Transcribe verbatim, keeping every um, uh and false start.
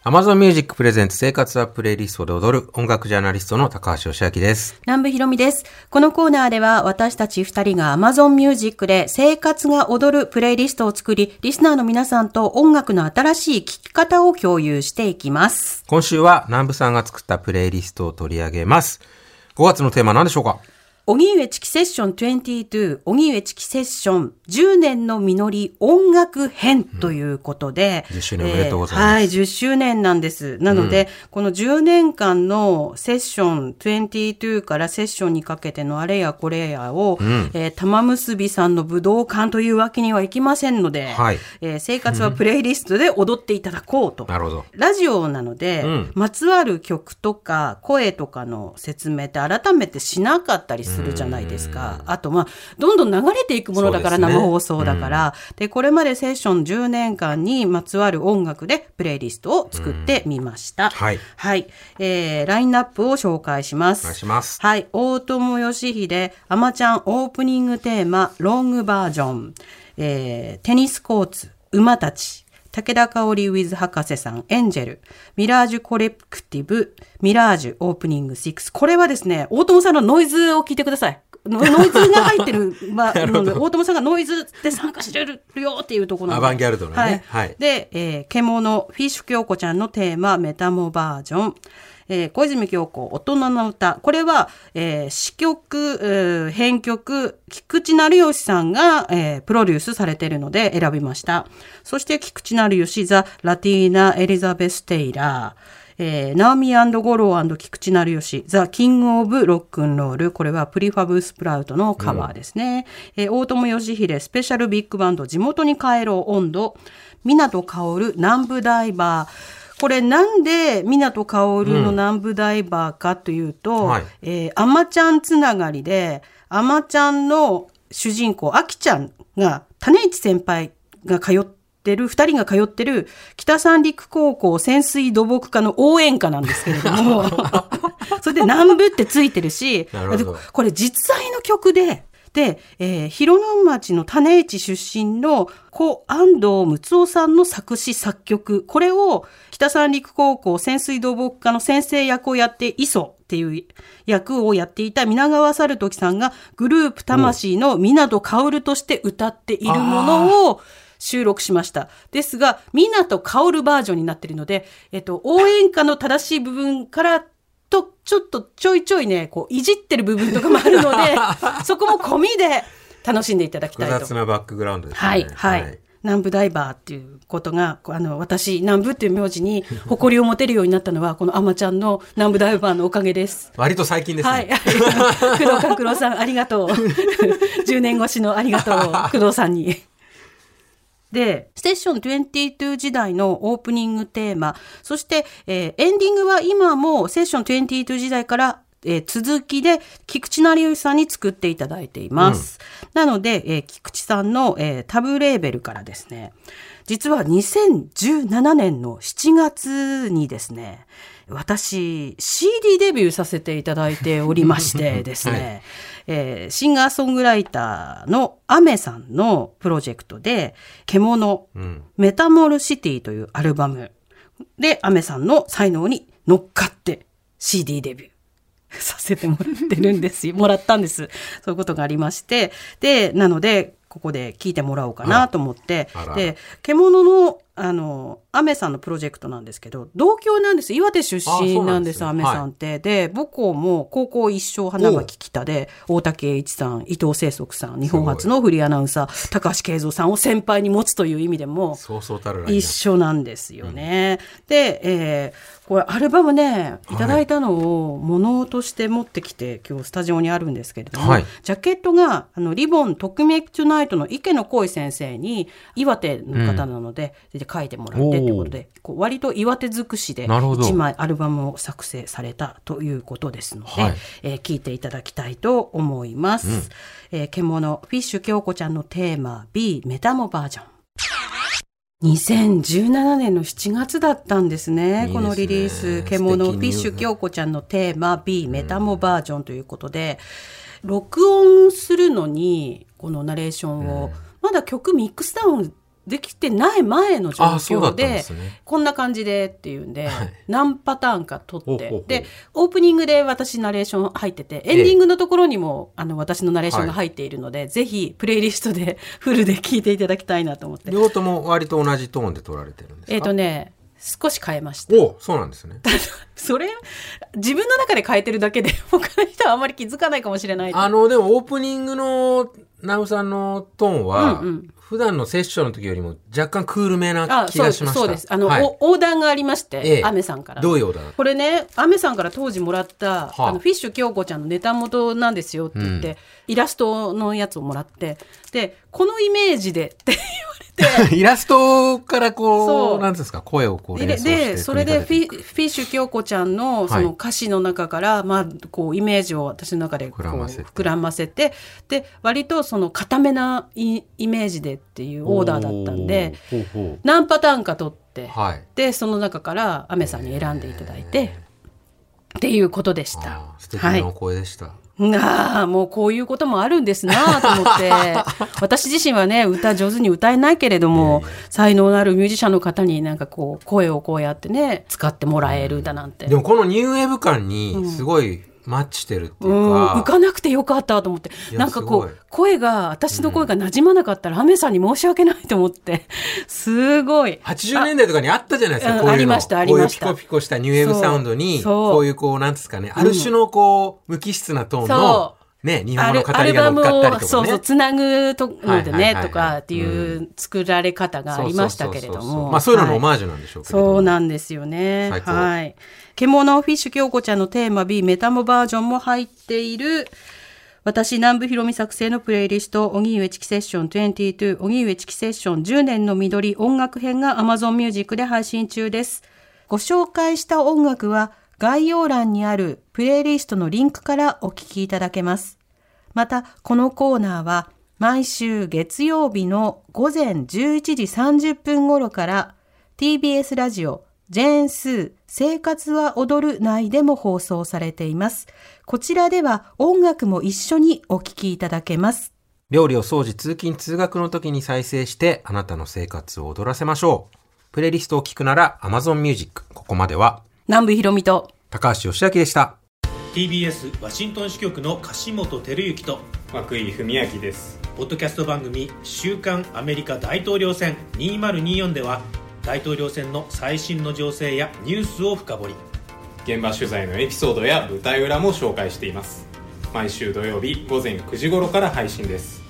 Amazon Music プレゼンツ生活はプレイリストで踊る音楽ジャーナリストの高橋義明です。 南部ひろみです。このコーナーでは私たちふたりが Amazon Music で生活が踊るプレイリストを作り、リスナーの皆さんと音楽の新しい聴き方を共有していきます。 今週は南部さんが作ったプレイリストを取り上げます。ごがつのテーマは何でしょうか？ 荻上チキセッションにじゅうに、荻上チキセッションじゅうねんの実り音楽編ということで、 うん、じゅっしゅうねんおめでとうございます。 えー、はい、じゅっしゅうねんなんです。なので、うん、このじゅうねんかんのセッションにじゅうにからセッションにかけてのあれやこれやを、うんえー、玉結びさんの武道館というわけにはいきませんので、はいえー、生活はプレイリストで踊っていただこうと。 なるほど。 ラジオなので、うん、まつわる曲とか声とかの説明って改めてしなかったりするするじゃないですか。あとまあどんどん流れていくものだから、ね、生放送だから、うん、でこれまでセッションじゅうねんかんにまつわる音楽でプレイリストを作ってみました。うん、はい、はいえー、ラインナップを紹介します。 お願いします。 はい、大友義秀あまちゃんオープニングテーマロングバージョン、えー、テニスコーツ馬たち武田香織ウィズ博士さんエンジェルミラージュコレクティブミラージュオープニングろく。これはですね大友さんのノイズを聞いてください。ノイズが入ってる、まあ、大友さんがノイズで参加してるよっていうところなんでアバンギャルドのね、 はいはい、 で、えー、獣フィッシュ京子ちゃんのテーマメタモバージョン、えー、小泉京子大人の歌これは、えー、詞曲、えー、編曲菊池成吉さんが、えー、プロデュースされているので選びました。そして菊池成吉ザ・ラティーナ・エリザベス・テイラーえー、ナオミ&ゴロー&菊池成吉ザ・キング・オブ・ロックンロールこれはプリファブ・スプラウトのカバーですね。うんえー、大友義秀スペシャルビッグバンド地元に帰ろう温度湊薫南部ダイバーこれなんで湊薫の南部ダイバーかというと、うんはいえー、あまちゃんつながりであまちゃんの主人公あきちゃんが種市先輩が通ってふたりが通ってる北三陸高校潜水土木科の応援歌なんですけれどもそれで南部ってついてるしこれ実在の曲でで、えー、広野町の種市出身の故安藤睦夫さんの作詞作曲これを北三陸高校潜水土木科の先生役をやって磯っていう役をやっていた皆川猿時さんがグループ魂の湊薫として歌っているものを収録しました。ですが湊薫バージョンになっているので、えっと、応援歌の正しい部分からとちょっとちょいちょいねこういじってる部分とかもあるのでそこも込みで楽しんでいただきたいと。 複雑なバックグラウンドですね。 はい、はいはい、南部ダイバーっていうことがあの私南部っていう名字に誇りを持てるようになったのはこのあまちゃんの南部ダイバーのおかげです。 割と最近ですね。はい、 工藤官九郎さんありがとうじゅうねん越しのありがとう工藤さんにでセッションにじゅうに時代のオープニングテーマそして、えー、エンディングは今もセッションにじゅうに時代から、えー、続きで菊池成吉さんに作っていただいています、うん、なので、えー、菊池さんの、えー、タブレーベルからですね実はにせんじゅうななねんのしちがつにですね私 シーディー デビューさせていただいておりましてですね、はいえー、シンガーソングライターのアメさんのプロジェクトで獣、うん、メタモルシティというアルバムでアメさんの才能に乗っかって シーディー デビューさせてもらってるんですよもらったんです。そういうことがありましてでなのでここで聞いてもらおうかなと思ってで獣のあのアメさんのプロジェクトなんですけど同郷なんです。岩手出身なんです、アメさんって、はい、で母校も高校一生花巻北で大竹栄一さん伊藤清則さん日本初のフリーアナウンサー高橋慶三さんを先輩に持つという意味でも一緒なんですよね、うん、で、えー、これアルバムねいただいたのを物として持ってきて今日スタジオにあるんですけれども、はい、ジャケットがあのリボンときめきトゥナイトの池野浩先生に岩手の方なので、うん、で書いてもらってということでこう割と岩手尽くしでいちまいアルバムを作成されたということですので、はいえー、聞いていただきたいと思います、うんえー、獣フィッシュ京子ちゃんのテーマ B メタモバージョンにせんじゅうななねんのしちがつだったんですね。いいですねこのリリース獣フィッシュ京子ちゃんのテーマ B メタモバージョンということで、うん、録音するのにこのナレーションを、うん、まだ曲ミックスダウンできてない前の状あそうだっ況でたんですね。 こんな感じでっていうんで、 はい何パターンか撮ってほうほうほうでオープニングで私ナレーション入っててエンディングのところにも、あの私のナレーションが入っているので、ぜひプレイリストでフルで聞いていただきたいなと思って。 両方とも割と同じトーンで撮られてるんですか？ えっ、とね少し変えました。 おそうなんですね。 それ自分の中で変えてるだけで他の人はあんまり気づかないかもしれない。 あのでもオープニングのナウさんのトーンは、 うんうん普段のセッションの時よりも若干クールめな気がしました。 あそうです。あの、 はい、 おオーダーがありまして、 ええアメさんからどういうオーダー？ これねアメさんから当時もらった、 はあ、 あのフィッシュ京子ちゃんのネタ元なんですよって言って、うん、イラストのやつをもらってでこのイメージでって言われてイラストからこそううなんですか声をこう連想してでそれでフィフィッシュ京子ちゃんのその歌詞の中から、はい、まあこうイメージを私の中でこう膨らませて、膨らませてで割とその固めなイイメージでっていうオーダーだったんでほうほう何パターンか取って、 はい、 でその中からアメさんに選んでいただいてっていうことでした。 素敵なお声でした、 はいああもうこういうこともあるんですなと思って私自身はね歌上手に歌えないけれども、えー、才能のあるミュージシャンの方になんかこう声をこうやってね使ってもらえるだなんて、 うん、でもこのニューウェーブ感にすごいマッチしてるっていうか、 うん、浮かなくてよかったと思ってなんかこう声が私の声が馴染まなかったら、うん、アメさんに申し訳ないと思ってすごいはちじゅうねんだいとかにあったじゃないですか、こういうのありましたありましたこういうピコピコしたニューウェーブサウンドにこういうこうなんですかね、ある種のこう無機質なトーンのね、日本語の語りが乗っかったりとかね、 そうそうつなぐとのでねとかっていう作られ方がありましたけれども、 まあそういうののオマージュなんでしょうけど、 はい、そうなんですよね。はい。獣フィッシュ京子ちゃんのテーマ B メタモバージョンも入っている私南部ひろみ作成のプレイリスト荻上チキセッションにじゅうに荻上チキセッションじゅうねんの緑音楽編が Amazon Music で配信中です。ご紹介した音楽は概要欄にあるプレイリストのリンクからお聞きいただけます。またこのコーナーは毎週月曜日の午前じゅういちじさんじゅっぷん頃から ティービーエス ラジオジェーンスー生活は踊る内でも放送されています。こちらでは音楽も一緒にお聞きいただけます。 料理を掃除通勤通学の時に再生してあなたの生活を踊らせましょう。プレイリストを聞くなら Amazon Music。 ここまでは南部ひろみと高橋義明でした。 ティービーエス ワシントン支局の樫本照之と涌井文明です。 ポッドキャスト番組週刊アメリカ大統領選にせんにじゅうよんでは大統領選の最新の情勢やニュースを深掘り、 現場取材のエピソードや舞台裏も紹介しています。毎週土曜日午前くじ頃から配信です。